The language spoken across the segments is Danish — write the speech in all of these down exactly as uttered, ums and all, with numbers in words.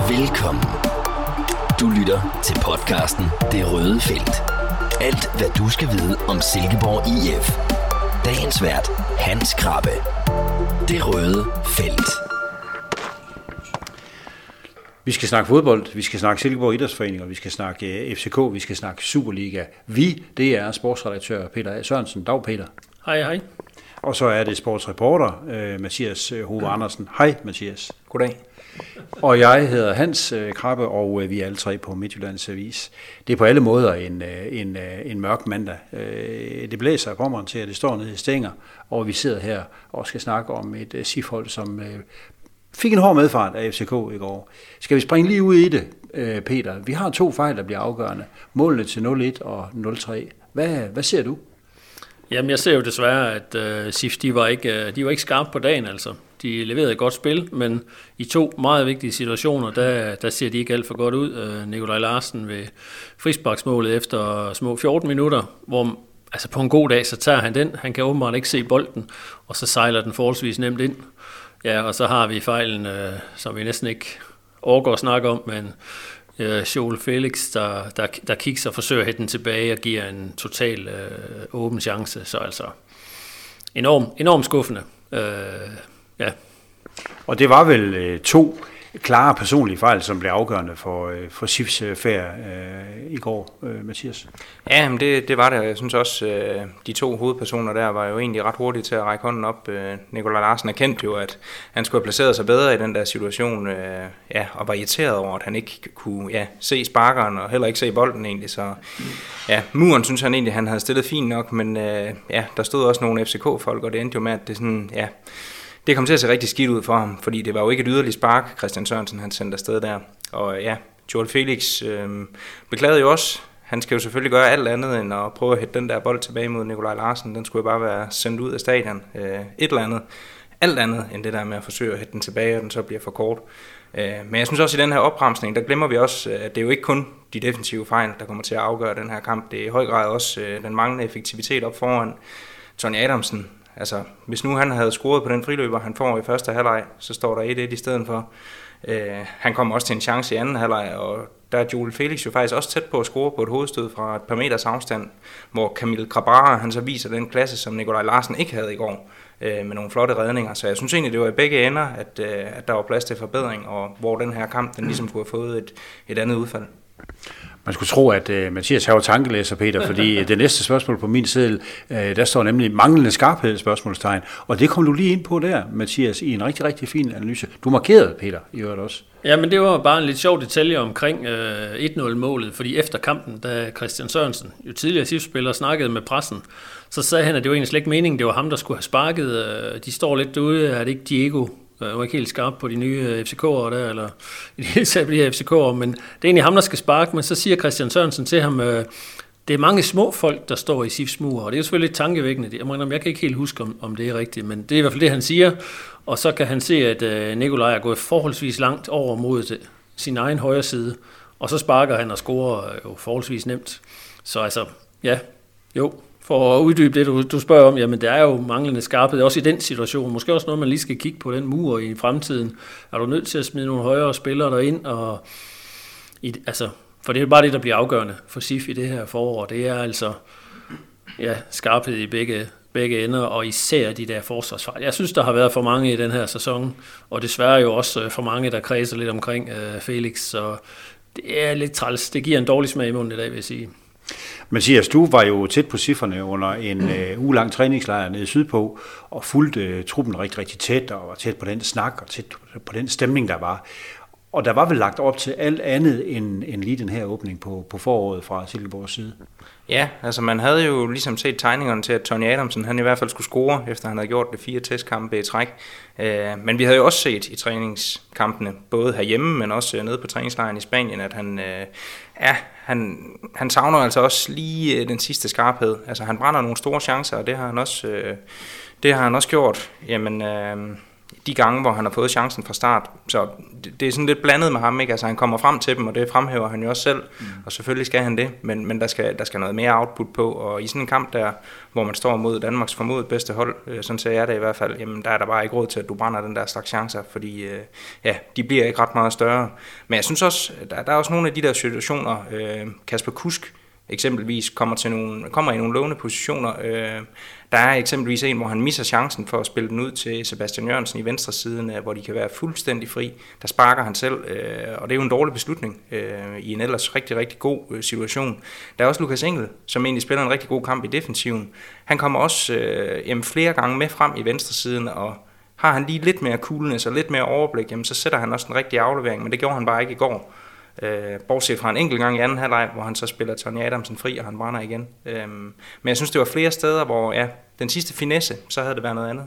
Velkommen. Du lytter til podcasten Det Røde Felt. Alt hvad du skal vide om Silkeborg I F. Dagens vært Hans Krabbe. Det Røde Felt. Vi skal snakke fodbold, vi skal snakke Silkeborg Idrætsforening, og vi skal snakke F C K, vi skal snakke Superliga. Vi, det er sportsredaktør Peter Sørensen. Dag Peter. Hej, hej. Og så er det sportsreporter uh, Mathias Hove Andersen. Hej Mathias. Goddag. Og jeg hedder Hans uh, Krabbe, og uh, vi er alle tre på Midtjyllands Avis. Det er på alle måder en, uh, en, uh, en mørk mandag. Uh, det blæser og kommer til, at det står nede i stænger, og vi sidder her og skal snakke om et uh, S I F-hold, som uh, fik en hård medfart af F C K i går. Skal vi springe lige ud i det, uh, Peter? Vi har to fejl, der bliver afgørende. Målene til nul et og nul tre. Hvad, hvad ser du? Jamen, jeg ser jo desværre, at uh, S I F, de var, ikke, uh, de var ikke skarpe på dagen, altså. De leverede et godt spil, men i to meget vigtige situationer, der, der ser de ikke alt for godt ud. Uh, Nikolaj Larsen ved frisparksmålet efter små fjorten minutter, hvor altså på en god dag, så tager han den. Han kan åbenbart ikke se bolden, og så sejler den forholdsvis nemt ind. Ja, og så har vi fejlen, uh, som vi næsten ikke overgår at snakke om, men uh, Joel Felix, der, der, der kigger og forsøger at hætte den tilbage og giver en total uh, åben chance. Så altså enormt enorm skuffende. Uh, ja. Og det var vel øh, to klare personlige fejl, som blev afgørende for, øh, for S I F's øh, færd øh, i går, øh, Mathias. Ja, men det, det var det. Jeg synes også, øh, de to hovedpersoner der var jo egentlig ret hurtige til at række hånden op. Øh, Nikolaj Larsen erkendte jo, at han skulle have placeret sig bedre i den der situation, øh, ja, og var irriteret over, at han ikke kunne ja, se sparkeren og heller ikke se bolden egentlig. Så ja, muren synes han egentlig, han havde stillet fint nok, men øh, ja, der stod også nogle F C K-folk, og det endte jo med, at det sådan, ja... Det kom til at se rigtig skidt ud for ham, fordi det var jo ikke et yderligt spark, Christian Sørensen han sendte afsted der. Og ja, Joel Felix øh, beklagede jo også. Han skal jo selvfølgelig gøre alt andet end at prøve at hætte den der bold tilbage mod Nikolaj Larsen. Den skulle jo bare være sendt ud af stadion. Øh, et eller andet. Alt andet end det der med at forsøge at hætte den tilbage, og den så bliver for kort. Øh, men jeg synes også, i den her opbremsning, der glemmer vi også, at det er jo ikke kun de defensive fejl, der kommer til at afgøre den her kamp. Det er i høj grad også øh, den manglende effektivitet op foran Tony Adamsen. Altså, hvis nu han havde scoret på den friløber, han får i første halvleg, så står der et et i stedet for. Øh, han kommer også til en chance i anden halvleg, og der er Joel Felix jo faktisk også tæt på at score på et hovedstød fra et par meters afstand, hvor Kamil Grabara, han så viser den klasse, som Nikolaj Larsen ikke havde i går, øh, med nogle flotte redninger. Så jeg synes egentlig, det var i begge ender, at, øh, at der var plads til forbedring, og hvor den her kamp, den ligesom kunne have fået et, et andet udfald. Man skulle tro, at uh, Mathias har jo tankelæser, Peter, fordi det næste spørgsmål på min side, uh, der står nemlig manglende skarphed, spørgsmålstegn. Og det kom du lige ind på der, Mathias, i en rigtig, rigtig fin analyse. Du markerede, Peter, i øvrigt også. Ja, men det var bare en lidt sjov detalje omkring uh, et nul-målet, fordi efter kampen, da Christian Sørensen, jo tidligere S I F-spiller, snakkede med pressen, så sagde han, at det var egentlig slet ikke meningen, det var ham, der skulle have sparket. Uh, de står lidt derude, er det ikke Diego? Jeg var ikke helt skarp på de nye F C K'ere der, eller i det hele taget på de her F C K'ere, men det er egentlig ham, der skal sparke, men så siger Christian Sørensen til ham, øh, det er mange små folk, der står i S I F's mur, og det er jo selvfølgelig lidt tankevækkende. Jeg, mener, jeg kan ikke helt huske, om, om det er rigtigt, men det er i hvert fald det, han siger, og så kan han se, at øh, Nikolaj er gået forholdsvis langt over mod det, sin egen højre side, og så sparker han og scorer jo forholdsvis nemt. Så altså, ja, jo. For at uddybe det, du, du spørger om, jamen der er jo manglende skarphed, også i den situation. Måske også noget, man lige skal kigge på den mur i fremtiden. Er du nødt til at smide nogle højere spillere derind? Og i, altså, for det er bare det, der bliver afgørende for S I F i det her forår. Det er altså ja, skarphed i begge, begge ender, og især de der forsvarsfejl. Jeg synes, der har været for mange i den her sæson, og desværre jo også for mange, der kredser lidt omkring uh, Felix. Så det er lidt træls. Det giver en dårlig smag i munden i dag, vil jeg sige. Mathias, du var jo tæt på cifrene under en uh, ugelang træningslejr nede sydpå, og fulgte uh, truppen rigtig, rigtig tæt, og var tæt på den snak, og tæt på den stemning, der var. Og der var vel lagt op til alt andet end, end lige den her åbning på, på foråret fra Silkeborgs side. Ja, altså man havde jo ligesom set tegningerne til, at Tony Adamsen, han i hvert fald skulle score, efter han havde gjort det fire testkampe i træk. Uh, men vi havde jo også set i træningskampene, både herhjemme, men også nede på træningslejren i Spanien, at han, uh, ja, han, han savner altså også lige uh, den sidste skarphed. Altså han brænder nogle store chancer, og det har han også, uh, det har han også gjort. Jamen, uh, de gange, hvor han har fået chancen fra start. Så det, det er sådan lidt blandet med ham, ikke? Altså han kommer frem til dem, og det fremhæver han jo også selv, mm. og selvfølgelig skal han det, men, men der, skal, der skal noget mere output på, og i sådan en kamp der, hvor man står mod Danmarks formodet bedste hold, øh, sådan ser jeg det i hvert fald, jamen der er der bare ikke råd til, at du brænder den der slags chancer, fordi øh, ja, de bliver ikke ret meget større. Men jeg synes også, der, der er også nogle af de der situationer, øh, Kasper Kusk eksempelvis kommer, til nogle, kommer i nogle lovende positioner. Øh, der er eksempelvis en, hvor han misser chancen for at spille den ud til Sebastian Jørgensen i venstre siden, hvor de kan være fuldstændig fri. Der sparker han selv, øh, og det er jo en dårlig beslutning øh, i en ellers rigtig, rigtig god øh, situation. Der er også Lukas Engel, som egentlig spiller en rigtig god kamp i defensiven. Han kommer også øh, jamen, flere gange med frem i venstre siden, og har han lige lidt mere coolness og lidt mere overblik, jamen, så sætter han også en rigtig aflevering, men det gjorde han bare ikke i går. Øh, bortset fra en enkelt gang i anden halvleg, hvor han så spiller Tony Adamsen fri, og han brænder igen. Øh, men jeg synes, det var flere steder, hvor ja, den sidste finesse, så havde det været noget andet.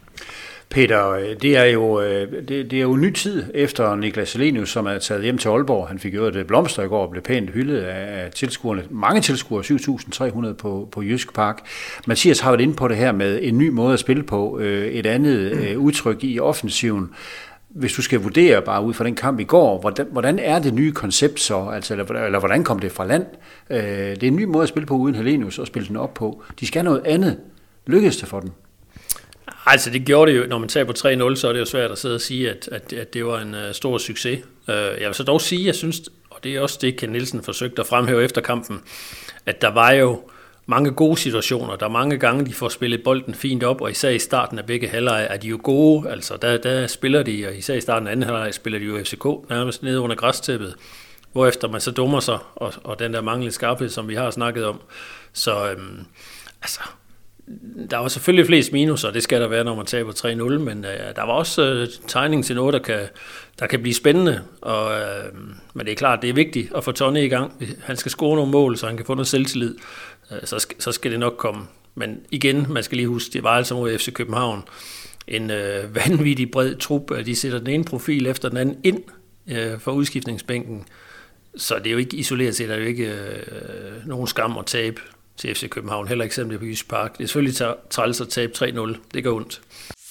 Peter, det er jo, det, det er jo ny tid efter Niklas Selenius, som er taget hjem til Aalborg. Han fik jo et blomster i går og blev pænt hyldet af tilskuerne. Mange tilskuere, syv tusind tre hundrede på, på Jysk Park. Mathias har været inde på det her med en ny måde at spille på, et andet udtryk i offensiven. Hvis du skal vurdere bare ud fra den kamp i går, hvordan, hvordan er det nye koncept så? Altså, eller, eller hvordan kom det fra land? Øh, det er en ny måde at spille på uden Helenius og spille den op på. De skal noget andet. Lykkedes det for den? Altså det gjorde det jo, når man taber tre nul, så er det jo svært at sidde og sige, at, at, at det var en uh, stor succes. Uh, jeg vil så dog sige, jeg synes, og det er også det, Ken Nielsen forsøgte at fremhæve efter kampen, at der var jo mange gode situationer. Der er mange gange, de får spillet bolden fint op, og især i starten af begge halvleje er de jo gode. Altså, der, der spiller de, og især i starten af anden halvleje spiller de jo F C K nærmest nede under græstæppet, hvorefter man så dummer sig, og, og den der manglende skarphed, som vi har snakket om. Så øhm, altså, der var selvfølgelig flest minuser, det skal der være, når man taber tre nul, men øh, der var også øh, tegning til noget, der kan, der kan blive spændende. Og, øh, men det er klart, det er vigtigt at få Tony i gang. Han skal score nogle mål, så han kan få noget selvtillid. Så skal, så skal det nok komme. Men igen, man skal lige huske, det var altså mod F C København. En øh, vanvittig bred trup. De sætter den ene profil efter den anden ind øh, for udskiftningsbænken. Så det er jo ikke isoleret set, der er jo ikke øh, nogen skam at tabe til F C København. Heller ikke eksempel på Jysk Park. Det er selvfølgelig træls at tabe tre nul. Det gør ondt.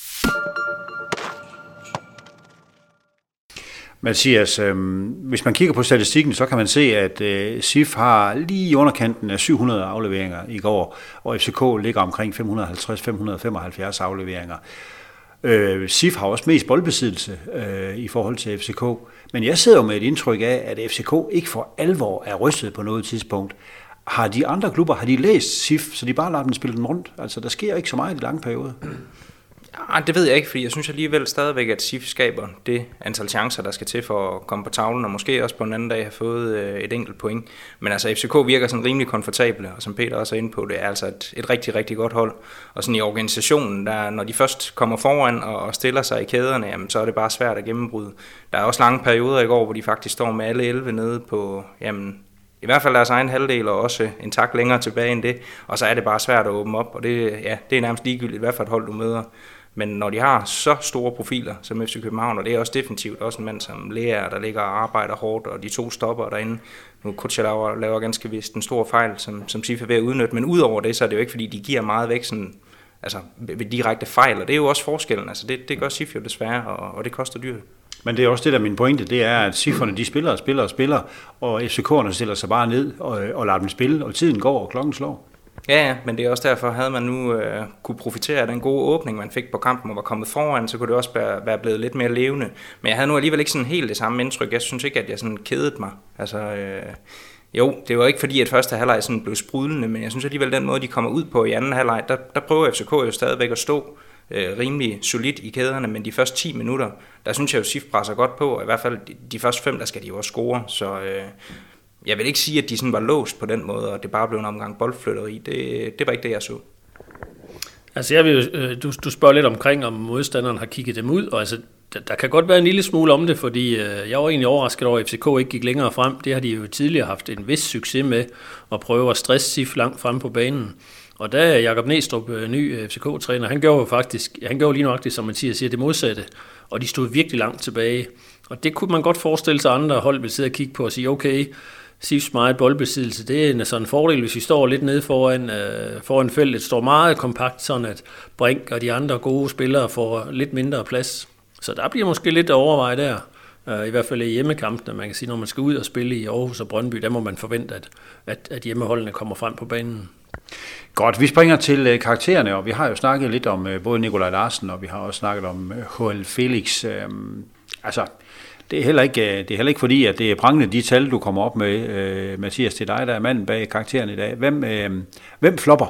Mathias, øh, hvis man kigger på statistikken, så kan man se, at øh, S I F har lige i underkanten af syv hundrede afleveringer i går, og F C K ligger omkring fem hundrede og halvtreds til fem hundrede og femoghalvfjerds afleveringer. Øh, S I F har også mest boldbesiddelse øh, i forhold til F C K, men jeg sidder jo med et indtryk af, at F C K ikke for alvor er rystet på noget tidspunkt. Har de andre klubber, har de læst S I F, så de bare lader dem spille den rundt? Altså, der sker ikke så meget i lange perioder. Ja, det ved jeg ikke, fordi jeg synes alligevel stadigvæk, at S I F skaber det antal chancer, der skal til for at komme på tavlen, og måske også på en anden dag have fået et enkelt point. Men altså, F C K virker sådan rimelig komfortable, og som Peter også er inde på, det er altså et, et rigtig, rigtig godt hold. Og sådan i organisationen, der, når de først kommer foran og, og stiller sig i kæderne, jamen, så er det bare svært at gennembryde. Der er også lange perioder i går, hvor de faktisk står med alle elleve nede på, jamen, i hvert fald deres egen halvdel, og også en tak længere tilbage end det. Og så er det bare svært at åbne op, og det, ja, det er nærmest ligegyldigt, hvad for et hold du møder. Men når de har så store profiler som F C København, og det er også definitivt også en mand som Lea, der ligger og arbejder hårdt, og de to stopper derinde. Nu Kutschalauer laver ganske vist en stor fejl, som, som S I F er ved at udnytte, men udover det, så er det jo ikke, fordi de giver meget væk sådan, altså, ved direkte fejl, og det er jo også forskellen. Altså, det, det gør S I F jo desværre, og, og det koster dyrt. Men det er også det, der er min pointe, det er, at S I F'erne, de spiller og spiller og spiller, og F C K'erne stiller sig bare ned og, og lader dem spille, og tiden går, og klokken slår. Ja, ja, men det er også derfor, havde man nu øh, kunne profitere af den gode åbning, man fik på kampen og var kommet foran, så kunne det også være, være blevet lidt mere levende. Men jeg havde nu alligevel ikke sådan helt det samme indtryk. Jeg synes ikke, at jeg sådan kedede mig. Altså, øh, jo, det var ikke fordi, at første halvleg sådan blev sprudlende, men jeg synes alligevel, den måde, de kommer ud på i anden halvleg, der, der prøver F C K jo stadigvæk at stå øh, rimelig solidt i kæderne, men de første ti minutter, der synes jeg jo, S I F presser godt på, og i hvert fald de, de første fem, der skal de jo også score, så... Øh, Jeg vil ikke sige, at de sådan var låst på den måde, og det bare blev en omgang boldflytteri. Det, det var ikke det, jeg så. Altså, jeg vil, du, du spørger lidt omkring, om modstanderen har kigget dem ud, og altså, der, der kan godt være en lille smule om det, fordi øh, jeg var egentlig overrasket over, at F C K ikke gik længere frem. Det har de jo tidligere haft en vis succes med, at prøve at stresse S I F langt frem på banen. Og der er Jakob Næstrup, ny F C K-træner, han gjorde jo faktisk, han gjorde lige nøjagtigt, som Mathias siger, det modsatte, og de stod virkelig langt tilbage. Og det kunne man godt forestille sig, at andre hold ville sidde og kigge på og sige, okay, Sifs meget boldbesiddelse, det er en sådan fordel, hvis vi står lidt nede foran, øh, foran feltet, står meget kompakt, sådan at Brink og de andre gode spillere får lidt mindre plads. Så der bliver måske lidt at overveje der, øh, i hvert fald i hjemmekampene. Man kan sige, når man skal ud og spille i Aarhus og Brøndby, der må man forvente, at, at, at hjemmeholdene kommer frem på banen. Godt, vi springer til øh, karaktererne, og vi har jo snakket lidt om øh, både Nikolaj Larsen, og vi har også snakket om øh, H L Felix. Øh, altså, det er, heller ikke, det er heller ikke fordi, at det er prangende de tal, du kommer op med, øh, Mathias, til dig, der er manden bag karakteren i dag. Hvem, øh, hvem flopper?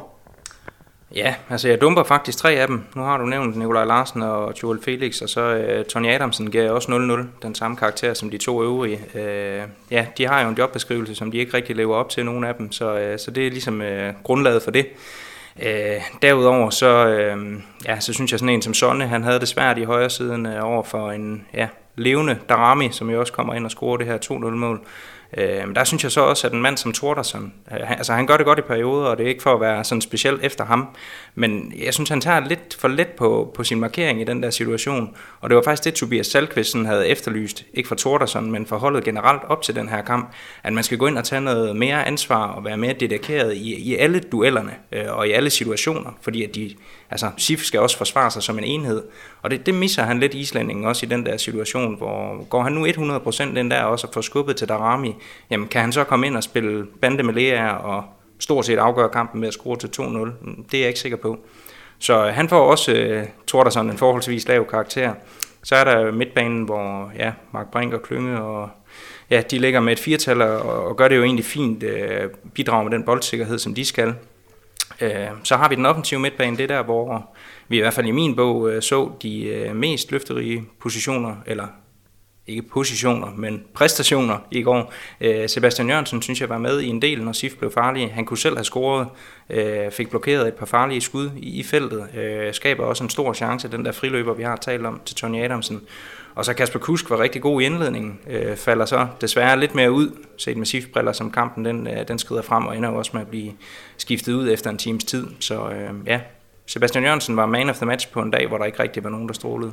Ja, altså jeg dumper faktisk tre af dem. Nu har du nævnt Nikolaj Larsen og Joel Felix, og så øh, Tony Adamsen gav også nul nul, den samme karakter som de to øvrige. Øh, ja, de har jo en jobbeskrivelse, som de ikke rigtig lever op til, nogen af dem, så, øh, så det er ligesom øh, grundlaget for det. Øh, derudover så, øh, ja, så synes jeg sådan en som Sonne, han havde det svært i højre siden øh, over for en ja, levende Darami, som jo også kommer ind og scorer det her to nul mål. Øh, der synes jeg så også, at en mand som Thordarson, øh, han, altså han gør det godt i perioder, og det er ikke for at være sådan specielt efter ham, men jeg synes, han tager lidt for let på, på sin markering i den der situation, og det var faktisk det, Tobias Salkvist havde efterlyst, ikke for Thordarson, men for holdet generelt op til den her kamp, at man skal gå ind og tage noget mere ansvar og være mere dedikeret i, i alle duellerne øh, og i alle situationer, fordi at de, altså Sif skal også forsvare sig som en enhed, og det, det misser han lidt islændingen også i den der situation, hvor går han nu hundrede procent den der også og får skubbet til Darami, jamen kan han så komme ind og spille bande med Lea og stort set afgøre kampen med at score til to nul? Det er jeg ikke sikker på. Så han får også uh, Thordarson en forholdsvis lav karakter. Så er der midtbanen, hvor ja, Mark Brink og Klynge, og ja, de ligger med et firtal og, og gør det jo egentlig fint, uh, bidrager med den boldsikkerhed, som de skal. Uh, så har vi den offensive midtbane, det der, hvor vi i hvert fald i min bog uh, så de uh, mest løfterige positioner, eller ikke positioner, men præstationer i går. Øh, Sebastian Jørgensen synes jeg var med i en del, når Sif blev farlig. Han kunne selv have scoret, øh, fik blokeret et par farlige skud i, i feltet. Øh, skaber også en stor chance, den der friløber, vi har talt om, til Tony Adamsen. Og så Kasper Kusk var rigtig god i indledningen. Øh, falder så desværre lidt mere ud, set med Sif-briller, som kampen den, øh, den skrider frem, og ender også med at blive skiftet ud efter en times tid. Så øh, ja, Sebastian Jørgensen var man of the match på en dag, hvor der ikke rigtig var nogen, der strålede.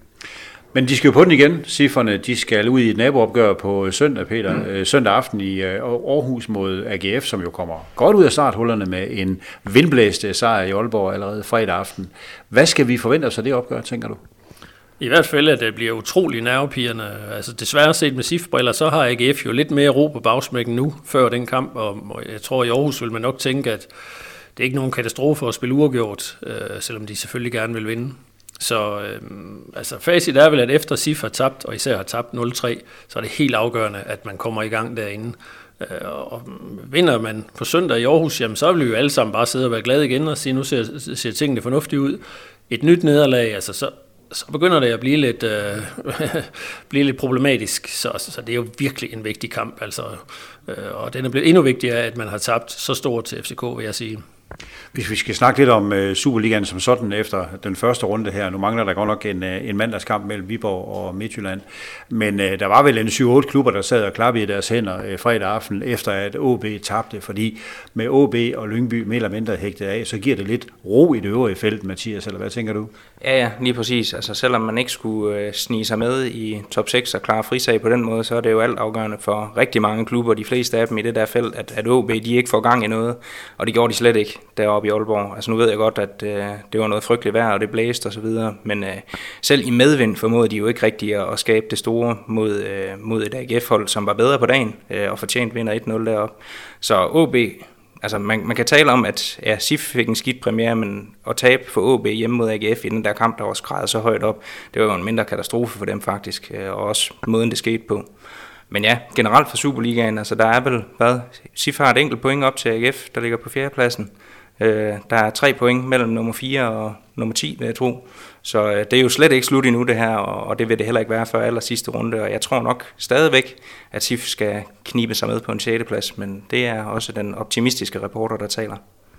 Men de skal jo på den igen, Sifferne. De skal ud i et naboopgør på søndag, Peter. Mm. Søndag aften i Aarhus mod A G F, som jo kommer godt ud af starthullerne med en vindblæst sejr i Aalborg allerede fredag aften. Hvad skal vi forvente os af det opgør, tænker du? I hvert fald, at det bliver utrolig nervepirrende. Altså desværre set med Sif-briller, så har A G F jo lidt mere ro på bagsmækken nu, før den kamp. Og jeg tror, i Aarhus vil man nok tænke, at det er ikke nogen katastrofe at spille uafgjort, selvom de selvfølgelig gerne vil vinde. Så øh, altså facit er vel, at efter Sif har tabt, og især har tabt nul tre, så er det helt afgørende, at man kommer i gang derinde. Øh, og vinder man på søndag i Aarhus, jamen, så vil vi jo alle sammen bare sidde og være glade igen og sige, nu ser, ser tingene fornuftigt ud. Et nyt nederlag, altså så, så begynder det at blive lidt, øh, blive lidt problematisk, så, så det er jo virkelig en vigtig kamp. Altså, øh, og den er blevet endnu vigtigere, at man har tabt så stort til F C K, vil jeg sige. Hvis vi skal snakke lidt om uh, Superligaen som sådan efter den første runde her, nu mangler der godt nok en, uh, en mandagskamp mellem Viborg og Midtjylland, men uh, der var vel en syv otte klubber, der sad og klappede i deres hænder uh, fredag aften, efter at O B tabte, fordi med O B og Lyngby mere eller mindre hægtet af, så giver det lidt ro i det øvrige felt, Mathias, eller hvad tænker du? Ja, ja, lige præcis. Altså selvom man ikke skulle uh, snige sig med i top seks og klare frisag på den måde, så er det jo alt afgørende for rigtig mange klubber, de fleste af dem i det der felt, at, at O B de ikke får gang i noget, og det gjorde de slet ikke deroppe i Aalborg. Altså nu ved jeg godt, at øh, det var noget frygteligt vejr, og det blæste og så videre, men øh, selv i medvind formåede de jo ikke rigtig at, at skabe det store mod, øh, mod et A G F-hold, som var bedre på dagen, øh, og fortjent vinder et nul deroppe. Så O B, altså man, man kan tale om, at ja, Sif fik en skidt premiere, men at tabe for O B hjemme mod A G F i den der kamp, der var skredet så højt op, det var jo en mindre katastrofe for dem faktisk, øh, og også måden det skete på. Men ja, generelt for Superligaen, altså der er vel, hvad, Sif har et enkelt point op til A G F, der ligger på fjerdepladsen. Øh, der er tre point mellem nummer fire og nummer ti, vil jeg tro. Så øh, det er jo slet ikke slut endnu det her, og, og det vil det heller ikke være før aller sidste runde. Og jeg tror nok stadigvæk, at Sif skal knibe sig med på en sjette plads, men det er også den optimistiske reporter, der taler.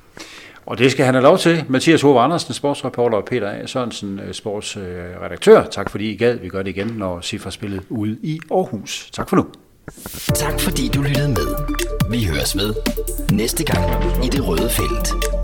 Og det skal han have lov til. Mathias Hove Andersen, sportsreporter, og Peter A. Sørensen, sportsredaktør. Tak fordi I gad. Vi gør det igen, når Sif har spillet ude i Aarhus. Tak for nu. Tak fordi du lyttede med. Vi høres ved næste gang i Det Røde Felt.